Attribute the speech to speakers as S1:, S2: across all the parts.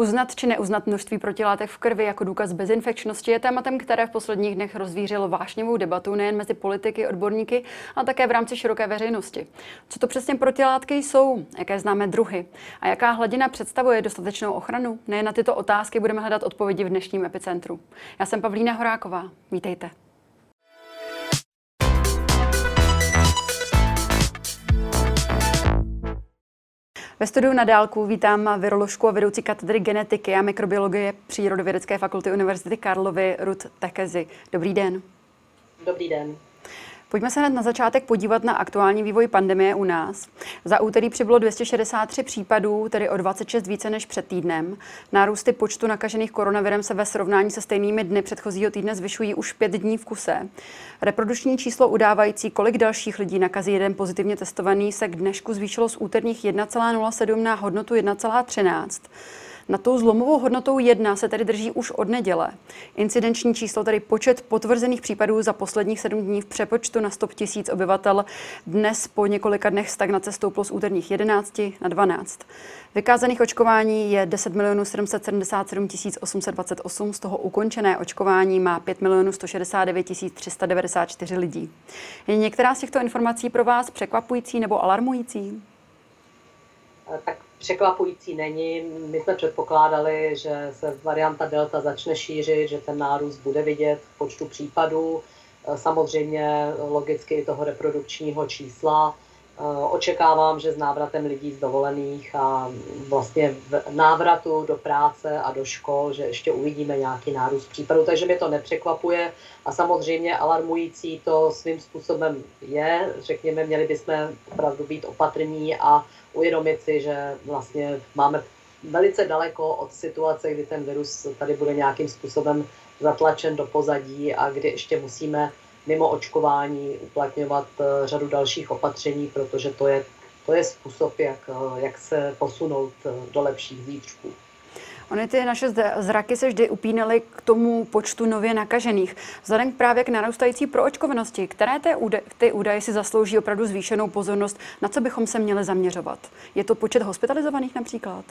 S1: Uznat či neuznat množství protilátek v krvi jako důkaz bezinfekčnosti je tématem, které v posledních dnech rozvířilo vášnivou debatu nejen mezi politiky, odborníky, ale také v rámci široké veřejnosti. Co to přesně protilátky jsou, jaké známe druhy a jaká hladina představuje dostatečnou ochranu? Nejen na tyto otázky budeme hledat odpovědi v dnešním Epicentru. Já jsem Pavlína Horáková. Vítejte. Ve studiu na dálku vítám viroložku a vedoucí katedry genetiky a mikrobiologie Přírodovědecké fakulty Univerzity Karlovy Ruth Tekezi. Dobrý den.
S2: Dobrý den.
S1: Pojďme se hned na začátek podívat na aktuální vývoj pandemie u nás. Za úterý přibylo 263 případů, tedy o 26 více než před týdnem. Nárůsty počtu nakažených koronavirem se ve srovnání se stejnými dny předchozího týdne zvyšují už 5 dní v kuse. Reprodukční číslo udávající, kolik dalších lidí nakazí jeden pozitivně testovaný, se k dnešku zvýšilo z úterních 1,07 na hodnotu 1,13. Na tou zlomovou hodnotou 1 se tedy drží už od neděle. Incidenční číslo, tedy počet potvrzených případů za posledních 7 dní v přepočtu na 100 000 obyvatel, dnes po několika dnech stagnace stouplo z úterních 11 na 12. Vykázaných očkování je 10 777 828, z toho ukončené očkování má 5 169 394 lidí. Je některá z těchto informací pro vás překvapující nebo alarmující?
S2: Tak překvapující není. My jsme předpokládali, že se varianta Delta začne šířit, že ten nárůst bude vidět v počtu případů, samozřejmě logicky i toho reprodukčního čísla. Očekávám, že s návratem lidí z dovolených a vlastně v návratu do práce a do škol, že ještě uvidíme nějaký nárůst případů, takže mě to nepřekvapuje a samozřejmě alarmující to svým způsobem je. Řekněme, měli bychom opravdu být opatrní a uvědomit si, že vlastně máme velice daleko od situace, kdy ten virus tady bude nějakým způsobem zatlačen do pozadí a kdy ještě musíme mimo očkování uplatňovat řadu dalších opatření, protože to je způsob, jak se posunout do lepších zítřků.
S1: Ony ty naše zraky se vždy upínaly k tomu počtu nově nakažených. Vzhledem právě k narůstající proočkovanosti, které ty údaje si zaslouží opravdu zvýšenou pozornost, na co bychom se měli zaměřovat? Je to počet hospitalizovaných například?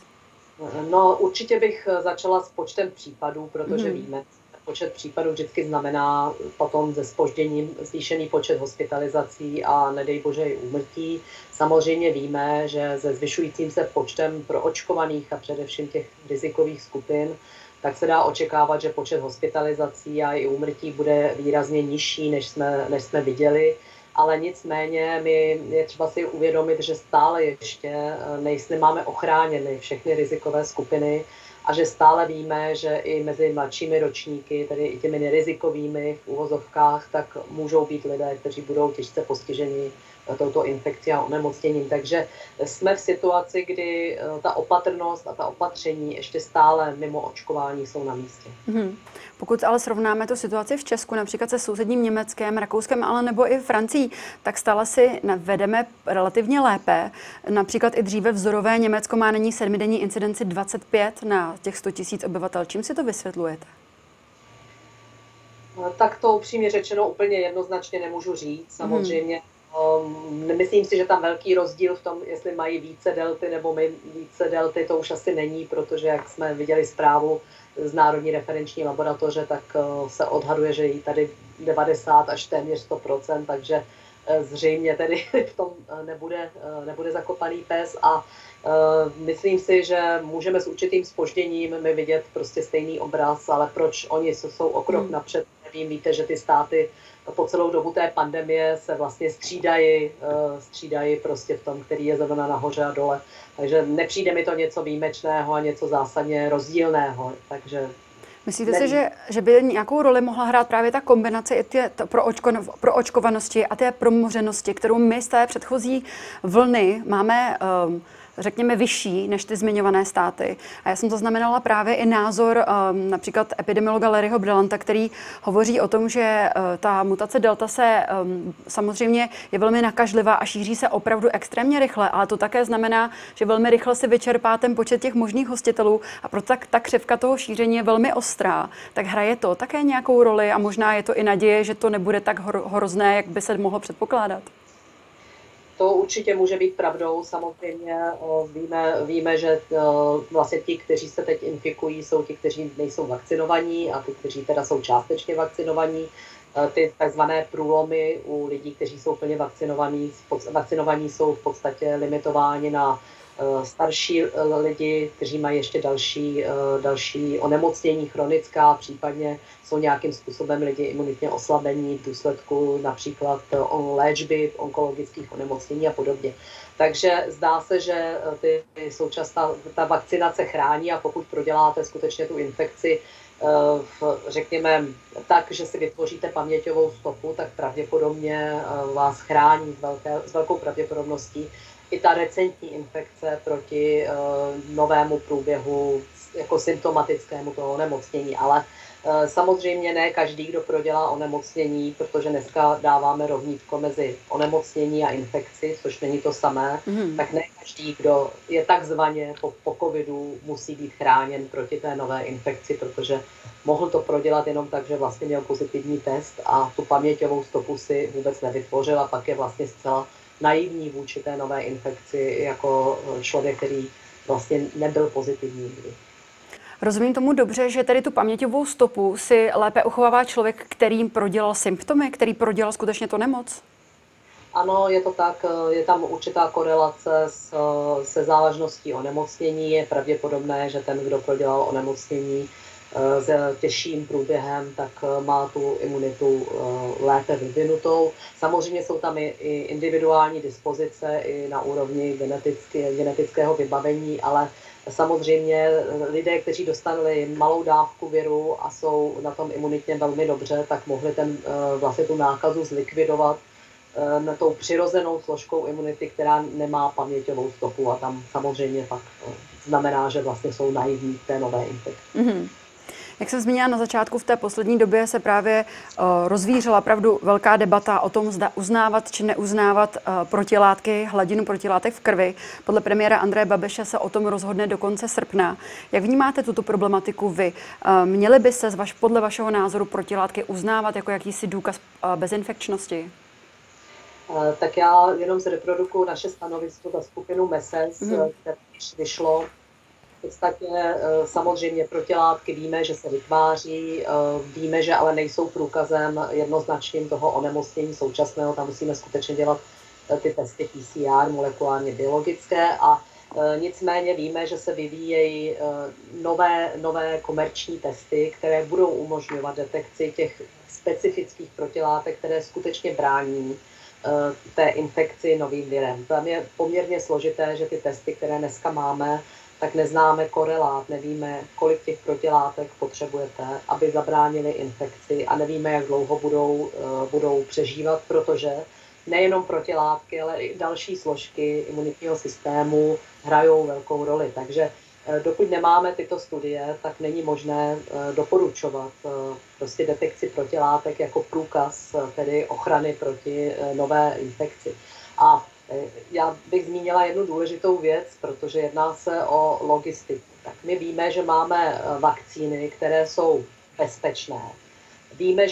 S2: No, určitě bych začala s počtem případů, protože víme, počet případů vždycky znamená potom se zpožděním zvýšený počet hospitalizací a nedej bože i úmrtí. Samozřejmě víme, že se zvyšujícím se počtem proočkovaných a především těch rizikových skupin, tak se dá očekávat, že počet hospitalizací a i úmrtí bude výrazně nižší, než jsme viděli. Ale nicméně je třeba si uvědomit, že stále ještě nemáme ochráněny všechny rizikové skupiny, a že stále víme, že i mezi mladšími ročníky, tedy i těmi nerizikovými v uvozovkách, tak můžou být lidé, kteří budou těžce postiženi touto infekcí a onemocněním. Takže jsme v situaci, kdy ta opatrnost a ta opatření ještě stále mimo očkování jsou na místě.
S1: Pokud ale srovnáme tu situaci v Česku, například se sousedním Německem, Rakouskem, ale nebo i Francií, tak stále si vedeme relativně lépe. Například i dříve vzorové Německo má nyní 7denní incidenci 25 na těch 100 000 obyvatel. Čím si to vysvětlujete?
S2: Tak to upřímně řečeno úplně jednoznačně nemůžu říct. Samozřejmě nemyslím si, že tam velký rozdíl v tom, jestli mají více delty nebo my více delty, to už asi není, protože jak jsme viděli zprávu z Národní referenční laboratoře, tak se odhaduje, že jí tady 90 až téměř 100%, takže zřejmě tedy v tom nebude zakopaný pes a myslím si, že můžeme s určitým zpožděním my vidět prostě stejný obraz, ale proč oni jsou o krok napřed, nevím. Víte, že ty státy po celou dobu té pandemie se vlastně střídají prostě v tom, který je zrovna nahoře a dole. Takže nepřijde mi to něco výjimečného a něco zásadně rozdílného. Takže
S1: myslíte si, že by nějakou roli mohla hrát právě ta kombinace i pro očkovanosti a té promořenosti, kterou my z té předchozí vlny máme řekněme, vyšší než ty zmiňované státy. A já jsem zaznamenala právě i názor například epidemiologa Larryho Brillanta, který hovoří o tom, že ta mutace delta se samozřejmě je velmi nakažlivá a šíří se opravdu extrémně rychle, ale to také znamená, že velmi rychle se vyčerpá ten počet těch možných hostitelů a proto ta křivka toho šíření je velmi ostrá. Tak hraje to také nějakou roli a možná je to i naděje, že to nebude tak hrozné, jak by se mohlo předpokládat?
S2: To určitě může být pravdou. Samozřejmě víme, že vlastně ti, kteří se teď infikují, jsou ti, kteří nejsou vakcinovaní a ti, kteří teda jsou částečně vakcinovaní. Ty takzvané průlomy u lidí, kteří jsou plně vakcinovaní, jsou v podstatě limitováni na starší lidi, kteří mají ještě další onemocnění chronická, případně jsou nějakým způsobem lidi imunitně oslabení v důsledku například léčby onkologických onemocnění a podobně. Takže zdá se, že ta vakcinace chrání a pokud proděláte skutečně tu infekci, řekněme tak, že si vytvoříte paměťovou stopu, tak pravděpodobně vás chrání s velkou pravděpodobností i ta recentní infekce proti novému průběhu jako symptomatickému toho onemocnění. Ale samozřejmě ne každý, kdo prodělá onemocnění, protože dneska dáváme rovnítko mezi onemocnění a infekci, což není to samé, tak ne každý, kdo je takzvaně po covidu, musí být chráněn proti té nové infekci, protože mohl to prodělat jenom tak, že vlastně měl pozitivní test a tu paměťovou stopu si vůbec nevytvořil a pak je vlastně zcela naivní vůči té nové infekci jako člověk, který vlastně nebyl pozitivní nikdy.
S1: Rozumím tomu dobře, že tedy tu paměťovou stopu si lépe uchovává člověk, kterým prodělal symptomy, který prodělal skutečně tu nemoc?
S2: Ano, je to tak, je tam určitá korelace se závažností onemocnění. Je pravděpodobné, že ten, kdo prodělal onemocnění s těžším průběhem, tak má tu imunitu lépe vyvinutou. Samozřejmě jsou tam i individuální dispozice i na úrovni genetického vybavení, ale samozřejmě lidé, kteří dostali malou dávku viru a jsou na tom imunitně velmi dobře, tak mohli vlastně tu nákazu zlikvidovat na tou přirozenou složkou imunity, která nemá paměťovou stopu a tam samozřejmě pak znamená, že vlastně jsou naivní v té nové infekci.
S1: Mm-hmm. Jak jsem zmínila na začátku, v té poslední době se právě rozvířila opravdu velká debata o tom, zda uznávat či neuznávat protilátky, hladinu protilátek v krvi. Podle premiéra Andreje Babiše se o tom rozhodne do konce srpna. Jak vnímáte tuto problematiku vy? Měly by se podle vašeho názoru protilátky uznávat jako jakýsi důkaz bezinfekčnosti?
S2: Tak já jenom zreprodukuju naše stanovisko za skupinu MESES, které vyšlo. V podstatě samozřejmě protilátky víme, že se vytváří, víme, že ale nejsou průkazem jednoznačným toho onemocnění současného. Tam musíme skutečně dělat ty testy PCR, molekulárně biologické a nicméně víme, že se vyvíjejí nové komerční testy, které budou umožňovat detekci těch specifických protilátek, které skutečně brání té infekci novým virem. Tam je poměrně složité, že ty testy, které dneska máme, tak neznáme korelát, nevíme, kolik těch protilátek potřebujete, aby zabránili infekci a nevíme, jak dlouho budou přežívat, protože nejenom protilátky, ale i další složky imunitního systému hrajou velkou roli. Takže dokud nemáme tyto studie, tak není možné doporučovat prostě detekci protilátek jako průkaz tedy ochrany proti nové infekci. A já bych zmínila jednu důležitou věc, protože jedná se o logistiku. Tak my víme, že máme vakcíny, které jsou bezpečné. Víme,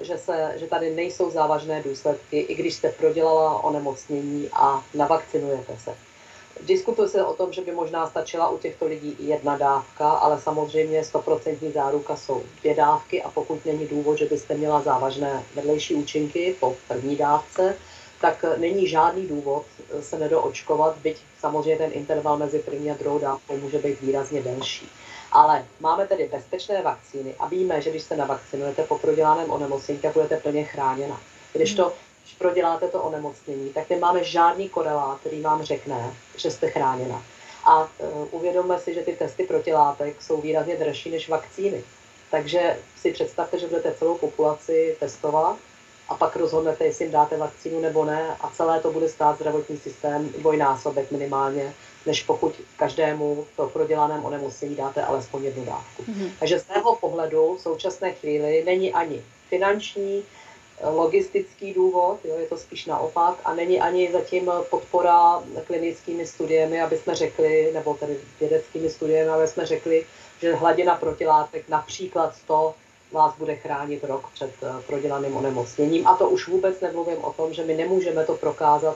S2: že tady nejsou závažné důsledky, i když jste prodělala onemocnění a navakcinujete se. Diskutuje se o tom, že by možná stačila u těchto lidí i jedna dávka, ale samozřejmě 100% záruka jsou 2 dávky a pokud není důvod, že byste měla závažné vedlejší účinky po první dávce, tak není žádný důvod se nedoočkovat, byť samozřejmě ten interval mezi první a druhou dávkou může být výrazně delší. Ale máme tedy bezpečné vakcíny a víme, že když se navakcinujete po prodělaném onemocnění, tak budete plně chráněna. Když proděláte to onemocnění, tak nemáme žádný korelát, který vám řekne, že jste chráněna. A uvědomme si, že ty testy protilátek jsou výrazně dražší než vakcíny. Takže si představte, že budete celou populaci testovat a pak rozhodnete, jestli jim dáte vakcínu nebo ne a celé to bude stát zdravotní systém dvojnásobek minimálně, než pokud každému to prodělaném onemocnění dáte alespoň 1 dávku. Takže z mého pohledu v současné chvíli není ani finanční, logistický důvod, je to spíš naopak, a není ani zatím podpora klinickými studiemi, aby jsme řekli, nebo tedy vědeckými studiemi, aby jsme řekli, že hladina protilátek například 100 vás bude chránit rok před prodělaným onemocněním. A to už vůbec nemluvím o tom, že my nemůžeme to prokázat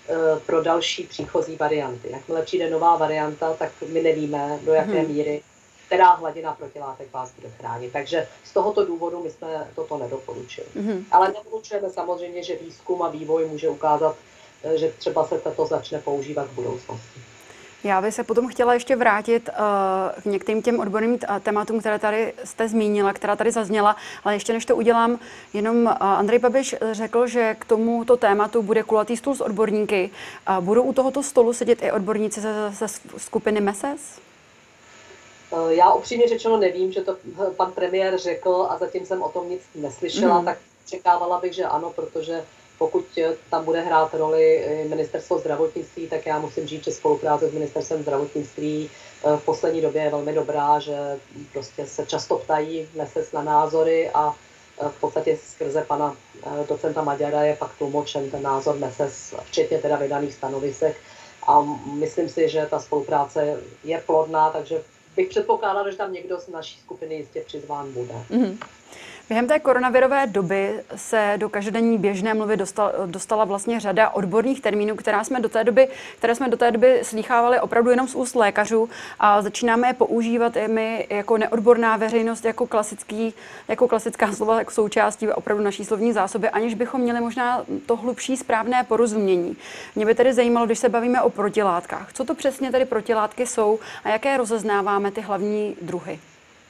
S2: pro další příchozí varianty. Jakmile přijde nová varianta, tak my nevíme, do jaké míry, která hladina protilátek vás bude chránit. Takže z tohoto důvodu my jsme toto nedoporučili. Ale nedoporučujeme samozřejmě, že výzkum a vývoj může ukázat, že třeba se tato začne používat v budoucnosti.
S1: Já bych se potom chtěla ještě vrátit k některým těm odborným tématům, které tady jste zmínila, která tady zazněla, ale ještě než to udělám, jenom Andrej Babiš řekl, že k tomuto tématu bude kulatý stůl s odborníky. Budou u tohoto stolu sedět i odborníci ze skupiny MESES?
S2: Já upřímně řečeno nevím, že to pan premiér řekl a zatím jsem o tom nic neslyšela, tak čekávala bych, že ano, protože pokud tam bude hrát roli ministerstvo zdravotnictví, tak já musím říct, že spolupráce s ministerstvem zdravotnictví v poslední době je velmi dobrá, že prostě se často ptají MESES na názory a v podstatě skrze pana docenta Maďara je pak tlumočen ten názor MESES, včetně teda vydaných stanovisek. A myslím si, že ta spolupráce je plodná, takže bych předpokládala, že tam někdo z naší skupiny jistě přizván bude.
S1: Během té koronavirové doby se do každodenní běžné mluvy dostala vlastně řada odborných termínů, které jsme do té doby slýchávali opravdu jenom z úst lékařů a začínáme je používat i my jako neodborná veřejnost, jako klasická slova, jako součástí opravdu naší slovní zásoby, aniž bychom měli možná to hlubší správné porozumění. Mě by tedy zajímalo, když se bavíme o protilátkách, co to přesně tedy protilátky jsou a jaké rozeznáváme ty hlavní druhy?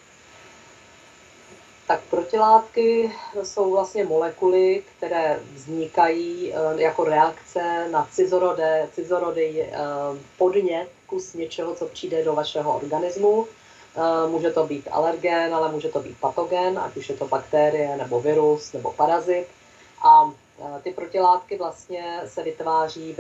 S2: Tak protilátky jsou vlastně molekuly, které vznikají jako reakce na cizorodý podnět, kus něčeho, co přijde do vašeho organismu. Může to být alergen, ale může to být patogen, ať už je to bakterie, nebo virus, nebo parazit. A ty protilátky vlastně se vytváří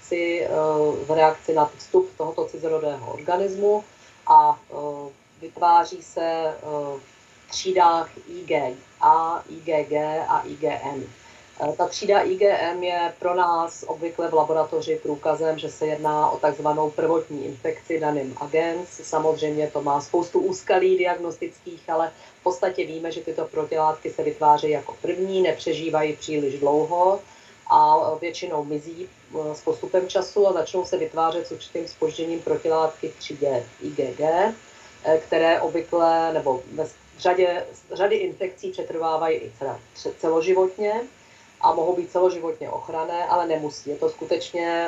S2: v reakci na vstup tohoto cizorodého organismu a vytváří se třídách IgA, IgG a IgM. Ta třída IgM je pro nás obvykle v laboratoři průkazem, že se jedná o takzvanou prvotní infekci daným agens. Samozřejmě to má spoustu úskalí diagnostických, ale v podstatě víme, že tyto protilátky se vytvářejí jako první, nepřežívají příliš dlouho a většinou mizí s postupem času a začnou se vytvářet s určitým zpožděním protilátky v třídě IgG, které obvykle nebo řady infekcí přetrvávají i celoživotně a mohou být celoživotně ochranné, ale nemusí. Je to skutečně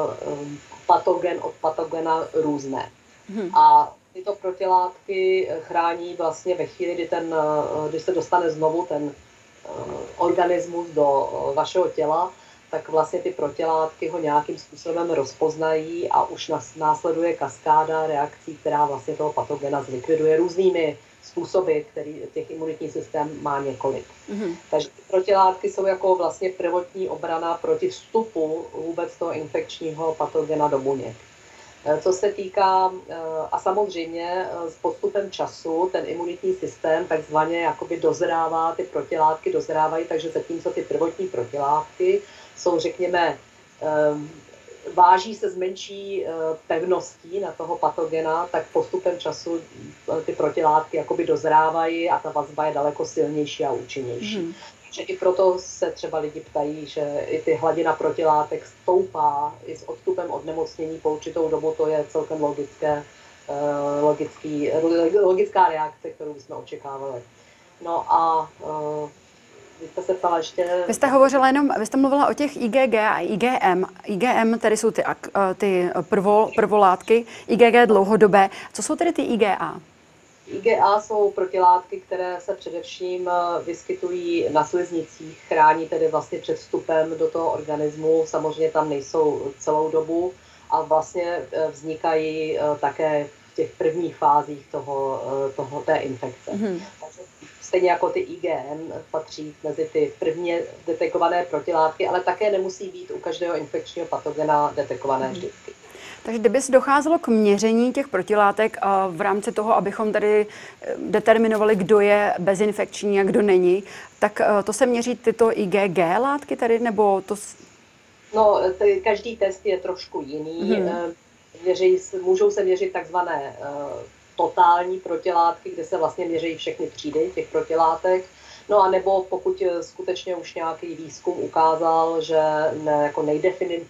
S2: patogen od patogena různé. A tyto protilátky chrání vlastně ve chvíli, kdy se dostane znovu ten organismus do vašeho těla, tak vlastně ty protilátky ho nějakým způsobem rozpoznají a už následuje kaskáda reakcí, která vlastně toho patogena zlikviduje různými způsoby, který těch imunitní systém má několik. Takže ty protilátky jsou jako vlastně prvotní obrana proti vstupu vůbec toho infekčního patogena do buněk. Co se týká, a samozřejmě s postupem času ten imunitní systém takzvaně jakoby dozrává, ty protilátky dozrávají, takže zatímco ty prvotní protilátky jsou, řekněme, váží se s menší pevností na toho patogena, tak postupem času ty protilátky jakoby dozrávají a ta vazba je daleko silnější a účinnější. Že i proto se třeba lidi ptají, že i ty hladina protilátek stoupá i s odstupem od nemocnění po určitou dobu, to je celkem logická reakce, kterou bychom očekávali. No a vy jste se ptala ještě...
S1: Vy jste mluvila o těch IgG a IgM. IgM tedy jsou ty prvolátky, IgG dlouhodobé. Co jsou tedy ty IgA?
S2: IgA jsou protilátky, které se především vyskytují na sliznicích, chrání tedy vlastně před vstupem do toho organismu. Samozřejmě tam nejsou celou dobu a vlastně vznikají také v těch prvních fázích té infekce. Takže stejně jako ty IgM patří mezi ty prvně detekované protilátky, ale také nemusí být u každého infekčního patogena detekované vždycky.
S1: Takže kdyby se docházelo k měření těch protilátek v rámci toho, abychom tady determinovali, kdo je bezinfekční a kdo není, tak to se měří tyto IgG látky tady, nebo to...
S2: No, každý test je trošku jiný. Můžou se měřit takzvané totální protilátky, kde se vlastně měří všechny třídy těch protilátek. No a nebo pokud skutečně už nějaký výzkum ukázal, že jako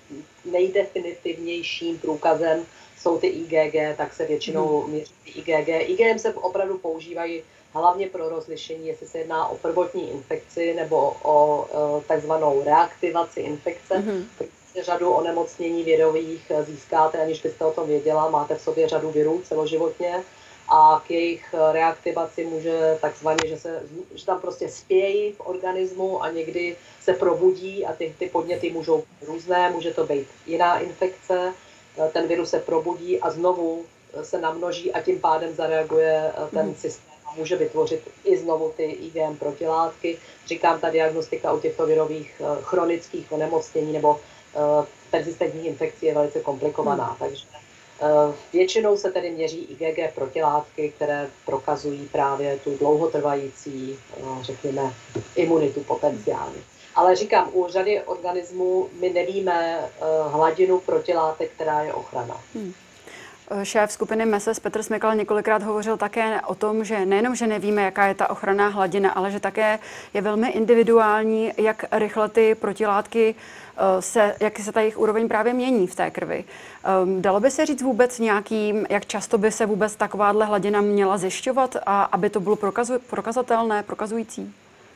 S2: nejdefinitivnějším průkazem jsou ty IgG, tak se většinou měří ty IgG. IgM se opravdu používají hlavně pro rozlišení, jestli se jedná o prvotní infekci nebo o takzvanou reaktivaci infekce. Řadu onemocnění virových získáte, aniž byste o tom věděla, máte v sobě řadu virů celoživotně a k jejich reaktivaci může takzvaně, že tam prostě spějí v organismu a někdy se probudí a ty podněty můžou být různé, může to být jiná infekce, ten virus se probudí a znovu se namnoží a tím pádem zareaguje ten systém a může vytvořit i znovu ty IgM protilátky. Říkám, ta diagnostika u těchto virových chronických onemocnění nebo persistentních infekcí je velice komplikovaná, takže většinou se tedy měří IgG protilátky, které prokazují právě tu dlouhotrvající, řekněme, imunitu potenciálně. Ale říkám, u řady organismů my nevíme hladinu protilátek, která je ochrana.
S1: Šéf skupiny MESES Petr Smykal několikrát hovořil také o tom, že nejenom, že nevíme, jaká je ta ochranná hladina, ale že také je velmi individuální, jak rychle ty protilátky jak se ta jejich úroveň právě mění v té krvi. Dalo by se říct vůbec jak často by se vůbec takováhle hladina měla zjišťovat, a aby to bylo prokazatelné, prokazující?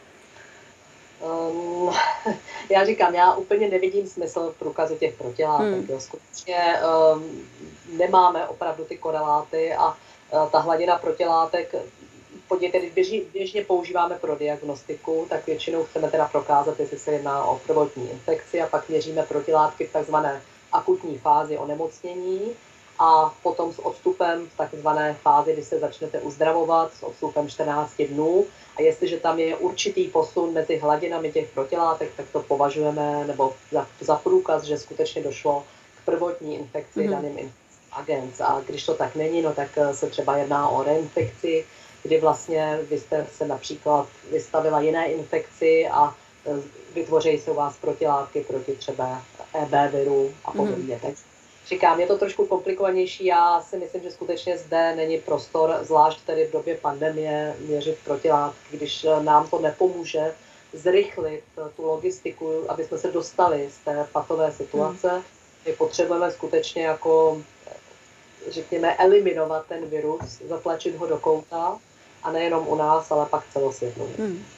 S2: Já říkám, já úplně nevidím smysl v průkazu těch protilátek. Skutečně nemáme opravdu ty koreláty a ta hladina protilátek, podívejte, když běžně používáme pro diagnostiku, tak většinou chceme teda prokázat, jestli se jedná o prvotní infekci a pak měříme protilátky v takzvané akutní fázi onemocnění a potom s odstupem v takzvané fázi, kdy se začnete uzdravovat, s odstupem 14 dnů. A jestliže tam je určitý posun mezi hladinami těch protilátek, tak to považujeme nebo za průkaz, že skutečně došlo k prvotní infekci daným agens. A když to tak není, no tak se třeba jedná o reinfekci, kdy vlastně vy jste se například vystavila jiné infekci a vytvoří se u vás protilátky proti třeba EB viru a podobně. Tak říkám, je to trošku komplikovanější. Já si myslím, že skutečně zde není prostor, zvlášť tedy v době pandemie, měřit protilátky, když nám to nepomůže zrychlit tu logistiku, aby jsme se dostali z té patové situace. My potřebujeme skutečně jako, řekněme, eliminovat ten virus, zatlačit ho do kouta a nejenom u nás, ale pak celosvětově.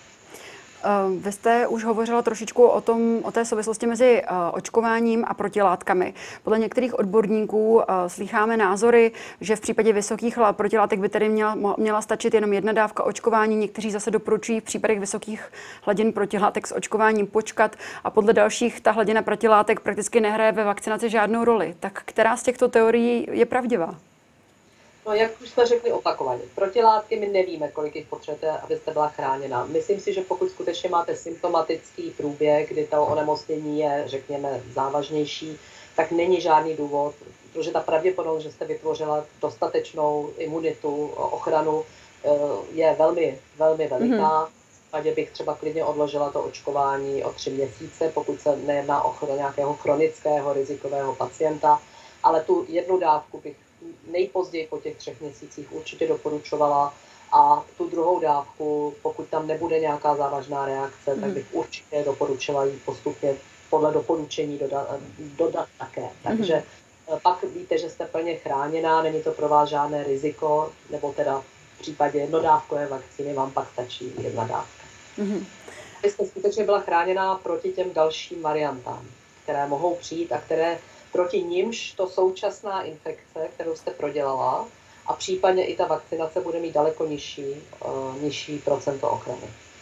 S1: Vy jste už hovořila trošičku o té souvislosti mezi očkováním a protilátkami. Podle některých odborníků slýcháme názory, že v případě vysokých protilátek by tedy měla stačit jenom jedna dávka očkování. Někteří zase doporučují v případech vysokých hladin protilátek s očkováním počkat a podle dalších ta hladina protilátek prakticky nehraje ve vakcinaci žádnou roli. Tak která z těchto teorií je pravdivá?
S2: No, jak už jsme řekli opakovaně, protilátky my nevíme, kolik jich potřebujete, abyste byla chráněna. Myslím si, že pokud skutečně máte symptomatický průběh, kdy to onemocnění je, řekněme, závažnější, tak není žádný důvod, protože ta pravděpodobnost, že jste vytvořila dostatečnou imunitu, ochranu, je velmi, velmi veliká. V případě bych třeba klidně odložila to očkování o 3 měsíce, pokud se nejedná o nějakého chronického rizikového pacienta, ale tu jednu dávku bych nejpozději po těch 3 měsících určitě doporučovala a tu druhou dávku, pokud tam nebude nějaká závažná reakce, tak bych určitě doporučila ji postupně podle doporučení dodat také. Takže pak víte, že jste plně chráněná, není to pro vás žádné riziko, nebo teda v případě jednodávkové vakcíny vám pak stačí jedna dávka. Abyste skutečně byla chráněná proti těm dalším variantám, které mohou přijít a které proti nimž to současná infekce, kterou jste prodělala, a případně i ta vakcinace bude mít daleko nižší procento ochrany.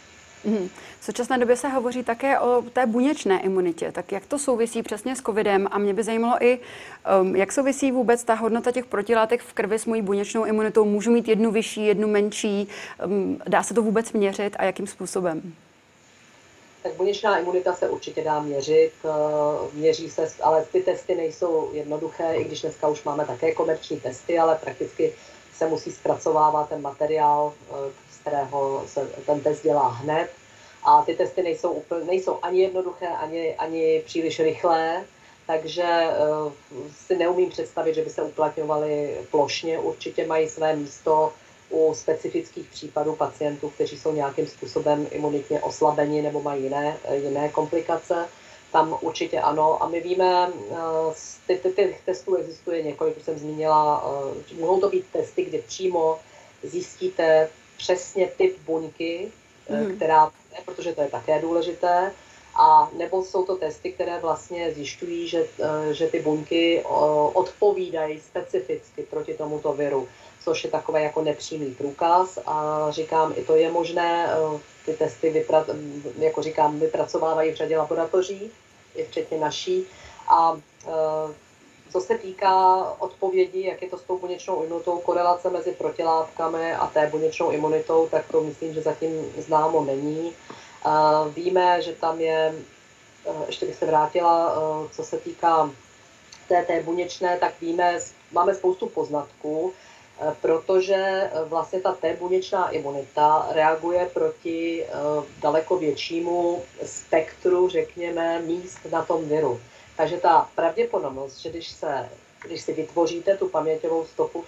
S1: V současné době se hovoří také o té buněčné imunitě. Tak jak to souvisí přesně s covidem? A mě by zajímalo i, jak souvisí vůbec ta hodnota těch protilátek v krvi s mojí buněčnou imunitou? Můžu mít jednu vyšší, jednu menší? Dá se to vůbec měřit a jakým způsobem?
S2: Tak buněčná imunita se určitě dá měřit, měří se, ale ty testy nejsou jednoduché, i když dneska už máme také komerční testy, ale prakticky se musí zpracovávat ten materiál, z kterého se ten test dělá hned. A ty testy nejsou ani jednoduché, ani příliš rychlé, takže si neumím představit, že by se uplatňovaly plošně. Určitě mají své místo u specifických případů pacientů, kteří jsou nějakým způsobem imunitně oslabeni nebo mají jiné komplikace. tam určitě ano. A my víme, těch testů existuje několik, už jsem zmínila, mohou to být testy, kde přímo zjistíte přesně typ buňky, která, protože to je také důležité, a nebo jsou to testy, které vlastně zjišťují, že ty buňky odpovídají specificky proti tomuto viru, což je takové jako nepřímý průkaz. A říkám, i to je možné, ty testy jako říkám, vypracovávají v řadě laboratoří, i včetně naší. A co se týká odpovědi, jak je to s tou buněčnou imunitou, korelace mezi protilátkami a té buněčnou imunitou, tak to myslím, že zatím známo není. Víme, že tam je, ještě bych se vrátila, co se týká té buněčné, tak víme, máme spoustu poznatků, protože vlastně ta T buněčná imunita reaguje proti daleko většímu spektru, řekněme, míst na tom viru. Takže ta pravděpodobnost, že když si vytvoříte tu paměťovou stopu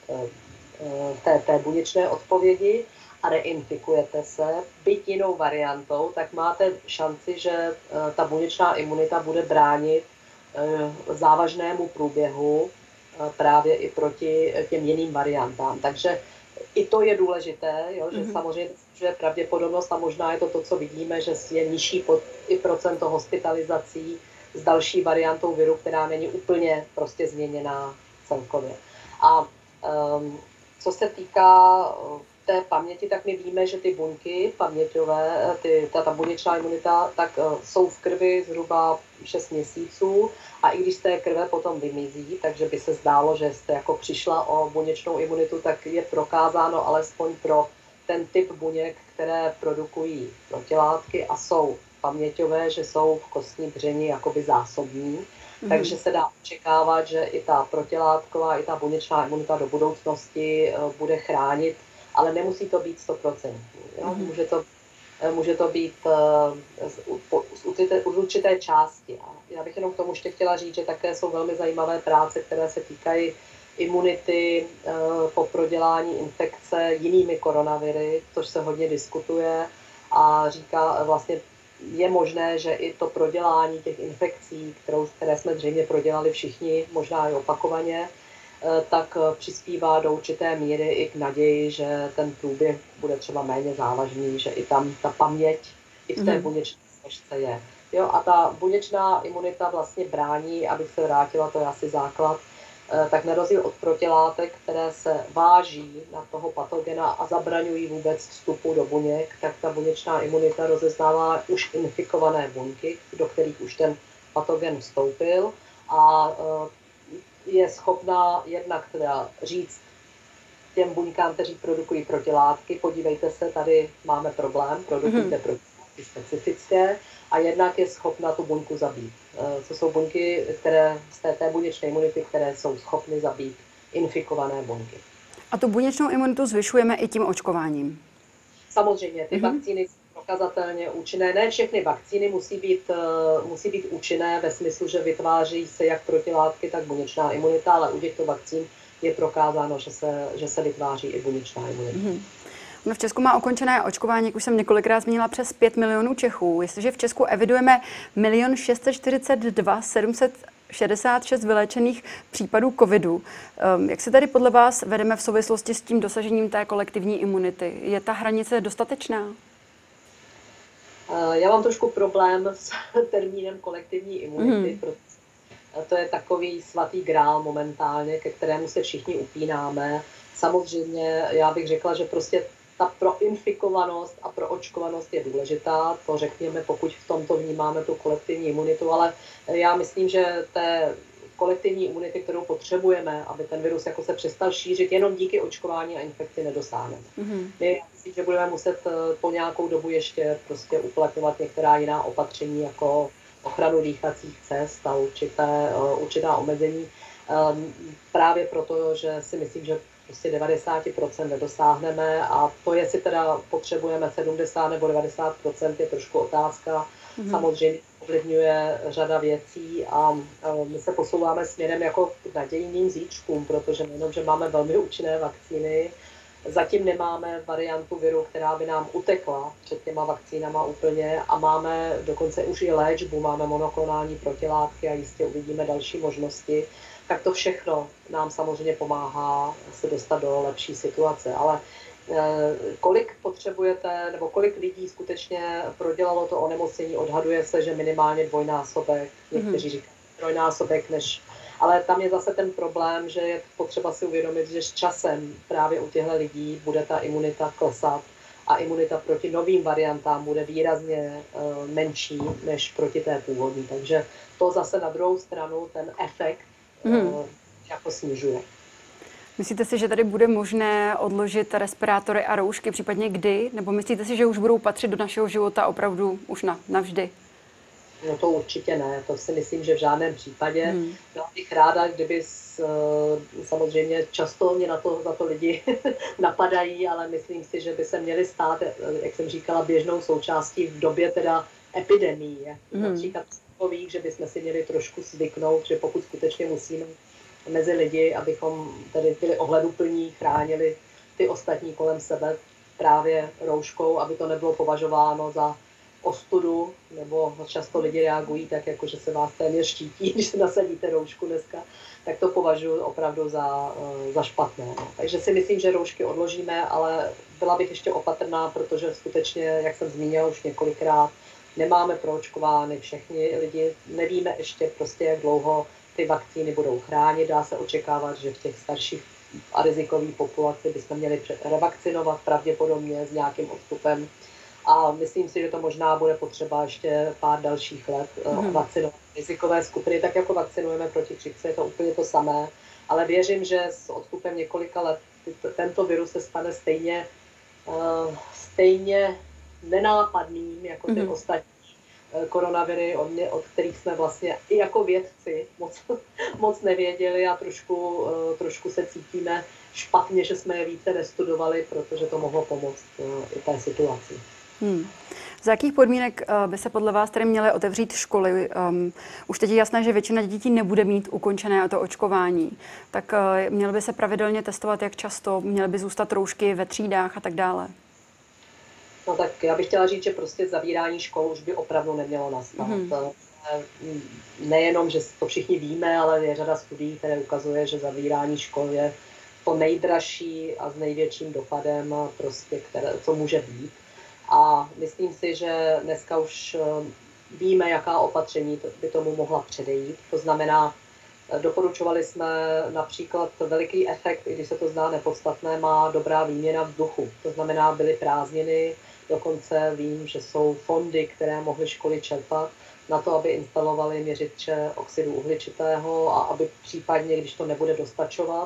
S2: v té buněčné odpovědi a reinfikujete se, byť jinou variantou, tak máte šanci, že ta buněčná imunita bude bránit závažnému průběhu právě i proti těm jiným variantám. Takže i to je důležité, jo, že samozřejmě že je pravděpodobnost a možná je to, co vidíme, že je nižší i procento hospitalizací s další variantou viru, která není úplně prostě změněná celkově. A co se týká té paměti, tak my víme, že ty buňky paměťové, ta buněčná imunita, tak jsou v krvi zhruba 6 měsíců a i když z té krve potom vymizí, takže by se zdálo, že jste jako přišla o buněčnou imunitu, tak je prokázáno alespoň pro ten typ buněk, které produkují protilátky a jsou paměťové, že jsou v kostní dřeni jakoby zásobní. Takže se dá očekávat, že i ta protilátková, i ta buněčná imunita do budoucnosti bude chránit, ale nemusí to být 100%. Jo? Může to být z určité části. A já bych jenom k tomu ještě chtěla říct, že také jsou velmi zajímavé práce, které se týkají imunity po prodělání infekce jinými koronaviry, což se hodně diskutuje a říká vlastně, je možné, že i to prodělání těch infekcí, které jsme zřejmě prodělali všichni, možná i opakovaně, tak přispívá do určité míry i k naději, že ten průběh bude třeba méně závažný, že i tam ta paměť i v té buněčné složce je. Jo, a ta buněčná imunita vlastně brání, abych se vrátila, to je asi základ, tak na rozdíl od protilátek, které se váží na toho patogena a zabraňují vůbec vstupu do buněk, tak ta buněčná imunita rozeznává už infikované buňky, do kterých už ten patogen vstoupil a je schopná jednak teda říct těm buňkám, kteří produkují protilátky, podívejte se, tady máme problém, produkujte protilátky specifické, a jednak je schopna tu buňku zabít. To jsou buňky, které z té buněčné imunity, které jsou schopny zabít infikované buňky.
S1: A tu buněčnou imunitu zvyšujeme i tím očkováním?
S2: Samozřejmě, ty vakcíny jsou prokazatelně účinné. Ne všechny vakcíny musí být účinné ve smyslu, že vytváří se jak protilátky, tak buněčná imunita, ale u těchto vakcín je prokázáno, že se vytváří i buněčná imunita.
S1: No, v Česku má ukončené očkování, jak už jsem několikrát zmínila, přes 5 milionů Čechů. Jestliže v Česku evidujeme 1 642 766 vyléčených případů covidu, jak se tady podle vás vedeme v souvislosti s tím dosažením té kolektivní imunity? Je ta hranice dostatečná?
S2: Já mám trošku problém s termínem kolektivní imunity, protože to je takový svatý grál momentálně, ke kterému se všichni upínáme. Samozřejmě já bych řekla, že prostě ta proinfikovanost a proočkovanost je důležitá, to řekněme, pokud v tomto vnímáme tu kolektivní imunitu, ale já myslím, že té kolektivní imunity, kterou potřebujeme, aby ten virus jako se přestal šířit, jenom díky očkování a infekci nedosáhneme. My myslím, že budeme muset po nějakou dobu ještě prostě uplatňovat některá jiná opatření, jako ochranu dýchacích cest a určitá omezení. Právě proto, že si myslím, že prostě 90% nedosáhneme a to, jestli teda potřebujeme 70 nebo 90%, je trošku otázka. Samozřejmě ovlivňuje řada věcí a my se posouváme směrem jako k nadějným zítřkům, protože nejenom, že máme velmi účinné vakcíny, Zatím nemáme variantu viru, která by nám utekla před těma vakcínama úplně a máme dokonce už i léčbu, máme monoklonální protilátky a jistě uvidíme další možnosti. Tak to všechno nám samozřejmě pomáhá se dostat do lepší situace. Ale kolik potřebujete, nebo kolik lidí skutečně prodělalo to onemocnění, odhaduje se, že minimálně dvojnásobek, někteří říkají trojnásobek, ale tam je zase ten problém, že je potřeba si uvědomit, že s časem právě u těchto lidí bude ta imunita klesat a imunita proti novým variantám bude výrazně menší než proti té původní. Takže to zase na druhou stranu ten efekt jako snižuje.
S1: Myslíte si, že tady bude možné odložit respirátory a roušky, případně kdy? Nebo myslíte si, že už budou patřit do našeho života opravdu už navždy?
S2: No to určitě ne, to si myslím, že v žádném případě. Byla bych ráda, kdyby samozřejmě často mě za to lidi napadají, ale myslím si, že by se měly stát, jak jsem říkala, běžnou součástí v době teda epidemií. Například takových, že bychom si měli trošku zvyknout, že pokud skutečně musíme mezi lidi, abychom tedy byli ohleduplní, chránili ty ostatní kolem sebe právě rouškou, aby to nebylo považováno za ostudu, nebo často lidi reagují tak, jako že se vás téměř štítí, když si nasadíte roušku dneska, tak to považuji opravdu za špatné. No. Takže si myslím, že roušky odložíme, ale byla bych ještě opatrná, protože skutečně, jak jsem zmínila už několikrát, nemáme proočkovány všechny lidi, nevíme ještě prostě, jak dlouho ty vakcíny budou chránit. Dá se očekávat, že v těch starších a rizikových populaci bychom měli revakcinovat pravděpodobně s nějakým odstupem. A myslím si, že to možná bude potřeba ještě pár dalších let vakcinovat rizikové skupiny, tak jako vakcinujeme proti chřipce, je to úplně to samé. Ale věřím, že s odstupem několika let tento virus se stane stejně nenápadným jako ty ostatní koronaviry, od kterých jsme vlastně i jako vědci moc nevěděli a trošku se cítíme špatně, že jsme je více nestudovali, protože to mohlo pomoct i té situaci.
S1: Za jakých podmínek by se podle vás tedy měly otevřít školy? Už teď je jasné, že většina dětí nebude mít ukončené to očkování. Tak měly by se pravidelně testovat, jak často, měly by zůstat roušky ve třídách a tak dále?
S2: No tak já bych chtěla říct, že prostě zavírání škol už by opravdu nemělo nastat. Nejenom, že to všichni víme, ale je řada studií, které ukazuje, že zavírání škol je to nejdražší a s největším dopadem, prostě, co může být. A myslím si, že dneska už víme, jaká opatření by tomu mohla předejít. To znamená, doporučovali jsme například veliký efekt, i když se to zdá nepodstatné, má dobrá výměna vzduchu. To znamená, byly prázdniny, dokonce vím, že jsou fondy, které mohly školy čerpat na to, aby instalovali měřiče oxidu uhličitého a aby případně, když to nebude dostačovat,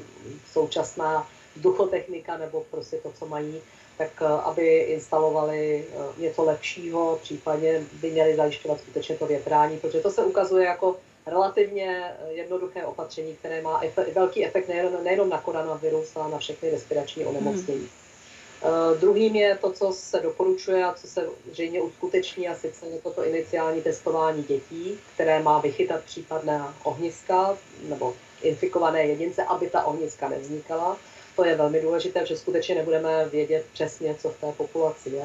S2: současná vzduchotechnika nebo prostě to, co mají, tak aby instalovali něco lepšího, případně by měli zajišťovat skutečně to větrání, protože to se ukazuje jako relativně jednoduché opatření, které má velký efekt nejenom na koronavirus, ale na všechny respirační onemocnění. Druhým je to, co se doporučuje a co se zřejmě uskuteční, a sice je toto iniciální testování dětí, které má vychytat případné ohniska nebo infikované jedince, aby ta ohniska nevznikala. To je velmi důležité, že skutečně nebudeme vědět přesně, co v té populaci je.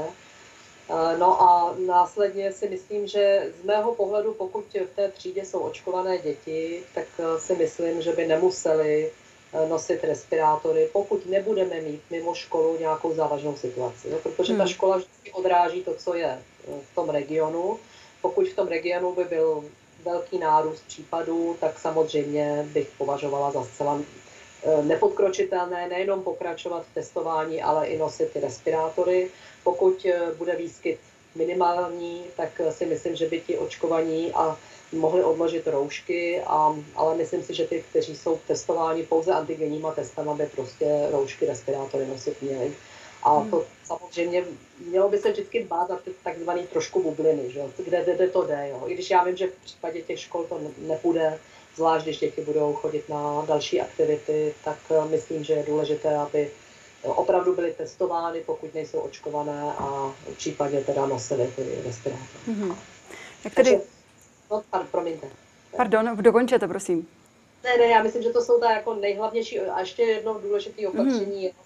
S2: No a následně si myslím, že z mého pohledu, pokud v té třídě jsou očkované děti, tak si myslím, že by nemuseli nosit respirátory, pokud nebudeme mít mimo školu nějakou závažnou situaci. No, protože ta škola vždycky odráží to, co je v tom regionu. Pokud v tom regionu by byl velký nárůst případů, tak samozřejmě bych považovala za zcela nepodkročitelné nejenom pokračovat v testování, ale i nosit ty respirátory. Pokud bude výskyt minimální, tak si myslím, že by ti očkovaní a mohli odložit roušky, ale myslím si, že ty, kteří jsou testováni pouze antigenníma testama, by prostě roušky, respirátory nosit měli. A to samozřejmě mělo by se vždycky dbát na ty takzvaný trošku bubliny, že? Kde to jde. Jo? I když já vím, že v případě těch škol to nepůjde, zvlášť když děti budou chodit na další aktivity, tak myslím, že je důležité, aby opravdu byly testovány, pokud nejsou očkované a případně teda nosily ty respirátory.
S1: Jak tedy...
S2: No, promiňte.
S1: Pardon, dokončete, prosím.
S2: Ne, já myslím, že to jsou ta jako nejhlavnější a ještě jedno důležité opatření je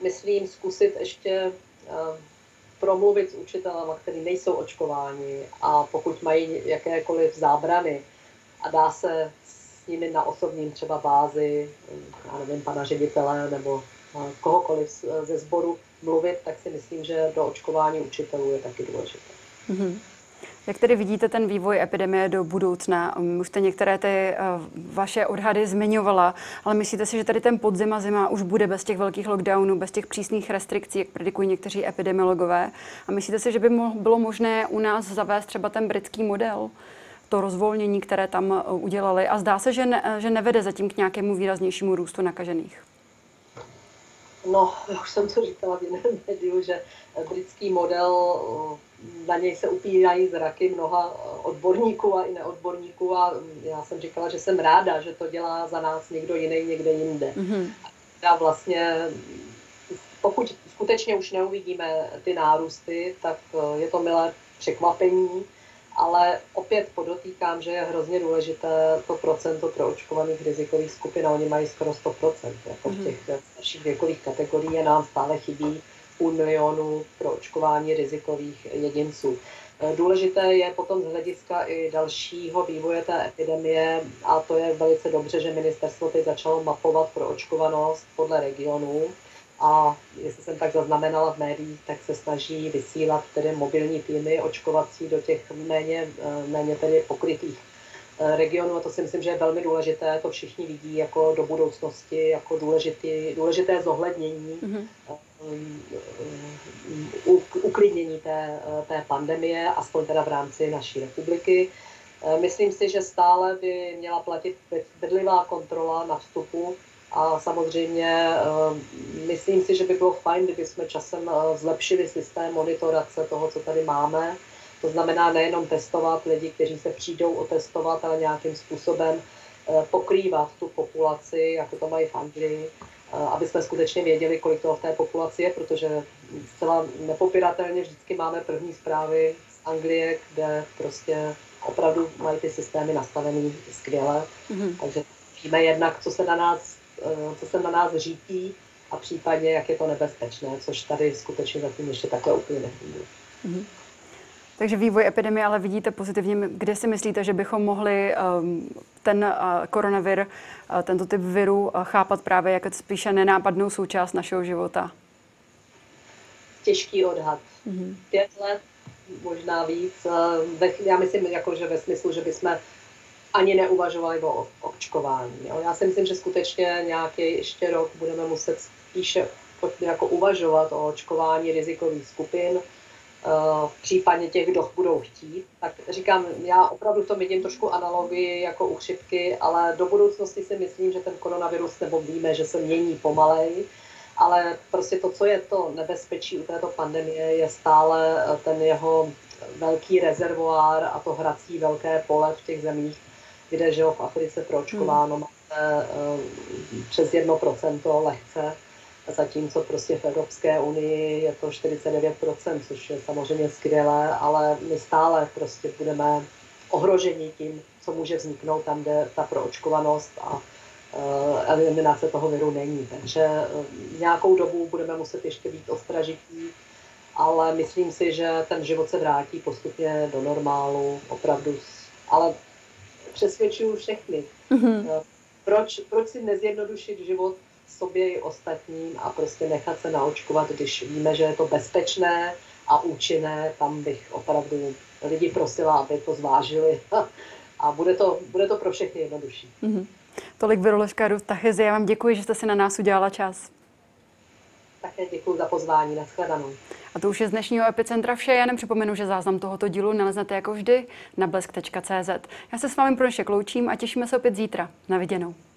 S2: myslím, zkusit ještě promluvit s učitelama, kteří nejsou očkováni, a pokud mají jakékoliv zábrany a dá se s nimi na osobním třeba bázi, já nevím, pana ředitele nebo kohokoliv ze sboru mluvit, tak si myslím, že do očkování učitelů je taky důležité.
S1: Mm-hmm. Jak tedy vidíte ten vývoj epidemie do budoucna? Už jste některé ty vaše odhady zmiňovala, ale myslíte si, že tady ten podzim a zima už bude bez těch velkých lockdownů, bez těch přísných restrikcí, jak predikují někteří epidemiologové? A myslíte si, že by bylo možné u nás zavést třeba ten britský model, to rozvolnění, které tam udělali? A zdá se, že nevede zatím k nějakému výraznějšímu růstu nakažených.
S2: No, už jsem to říkala v jiném médiu, že britský model, na něj se upírají zraky mnoha odborníků a i neodborníků, a já jsem říkala, že jsem ráda, že to dělá za nás někdo jiný někde jinde. Mm-hmm. A vlastně, pokud skutečně už neuvidíme ty nárůsty, tak je to milé překvapení, ale opět podotýkám, že je hrozně důležité to procento proočkovaných rizikových skupin, a oni mají skoro 100%. Jako v těch starších věkových kategorií nám stále chybí 500 000 proočkování rizikových jedinců. Důležité je potom z hlediska i dalšího vývoje té epidemie, a to je velice dobře, že ministerstvo teď začalo mapovat proočkovanost podle regionů. A jestli jsem tak zaznamenala v médiích, tak se snaží vysílat tedy mobilní týmy očkovací do těch méně tedy pokrytých regionů. A to si myslím, že je velmi důležité. To všichni vidí jako do budoucnosti, jako důležité zohlednění, uklidnění té pandemie, aspoň teda v rámci naší republiky. Myslím si, že stále by měla platit bedlivá kontrola na vstupu. A samozřejmě myslím si, že by bylo fajn, kdyby jsme časem zlepšili systém monitorace toho, co tady máme. To znamená nejenom testovat lidi, kteří se přijdou otestovat, ale nějakým způsobem pokrývat tu populaci, jako to mají v Anglii, aby jsme skutečně věděli, kolik toho v té populaci je, protože zcela nepopiratelně vždycky máme první zprávy z Anglie, kde prostě opravdu mají ty systémy nastavený skvěle. Mm-hmm. Takže víme jednak, co se na nás řítí, a případně, jak je to nebezpečné, což tady skutečně zatím ještě takhle úplně nefunguje. Mm-hmm.
S1: Takže vývoj epidemie ale vidíte pozitivně. Kde si myslíte, že bychom mohli ten koronavir, tento typ viru chápat právě jako spíše nenápadnou součást našeho života?
S2: Těžký odhad. 5 let, možná víc. Já myslím, jako, že ve smyslu, že bychom ani neuvažovali o očkování. Jo. Já si myslím, že skutečně nějaký ještě rok budeme muset spíše jako uvažovat o očkování rizikových skupin, případně těch, kdo budou chtít. Tak říkám, já opravdu to vidím trošku analogii jako u chřipky, ale do budoucnosti si myslím, že ten koronavirus, nebo víme, že se mění pomalej, ale prostě to, co je to nebezpečí u této pandemie, je stále ten jeho velký rezervoár a to hrací velké pole v těch zemích, kde že v Africe proočkováno máte přes 1% lehce, zatímco prostě v Evropské unii je to 49%, což je samozřejmě skvělé, ale my stále prostě budeme ohroženi tím, co může vzniknout tam, kde ta proočkovanost a eliminace toho viru není. Takže nějakou dobu budeme muset ještě být ostražití, ale myslím si, že ten život se vrátí postupně do normálu, opravdu, ale přesvědčuju všechny. Mm-hmm. Proč si nezjednodušit život sobě i ostatním a prostě nechat se naočkovat, když víme, že je to bezpečné a účinné. Tam bych opravdu lidi prosila, aby to zvážili a bude to pro všechny jednodušší.
S1: Mm-hmm. Tolik viroložka Ruth Tachyzy, já vám děkuji, že jste si na nás udělala čas.
S2: Také děkuji za pozvání, nashledanou.
S1: A to už je z dnešního Epicentra vše. Já jen připomenu, že záznam tohoto dílu naleznete jako vždy na blesk.cz. Já se s vámi pro dnešek loučím a těšíme se opět zítra. Na viděnou.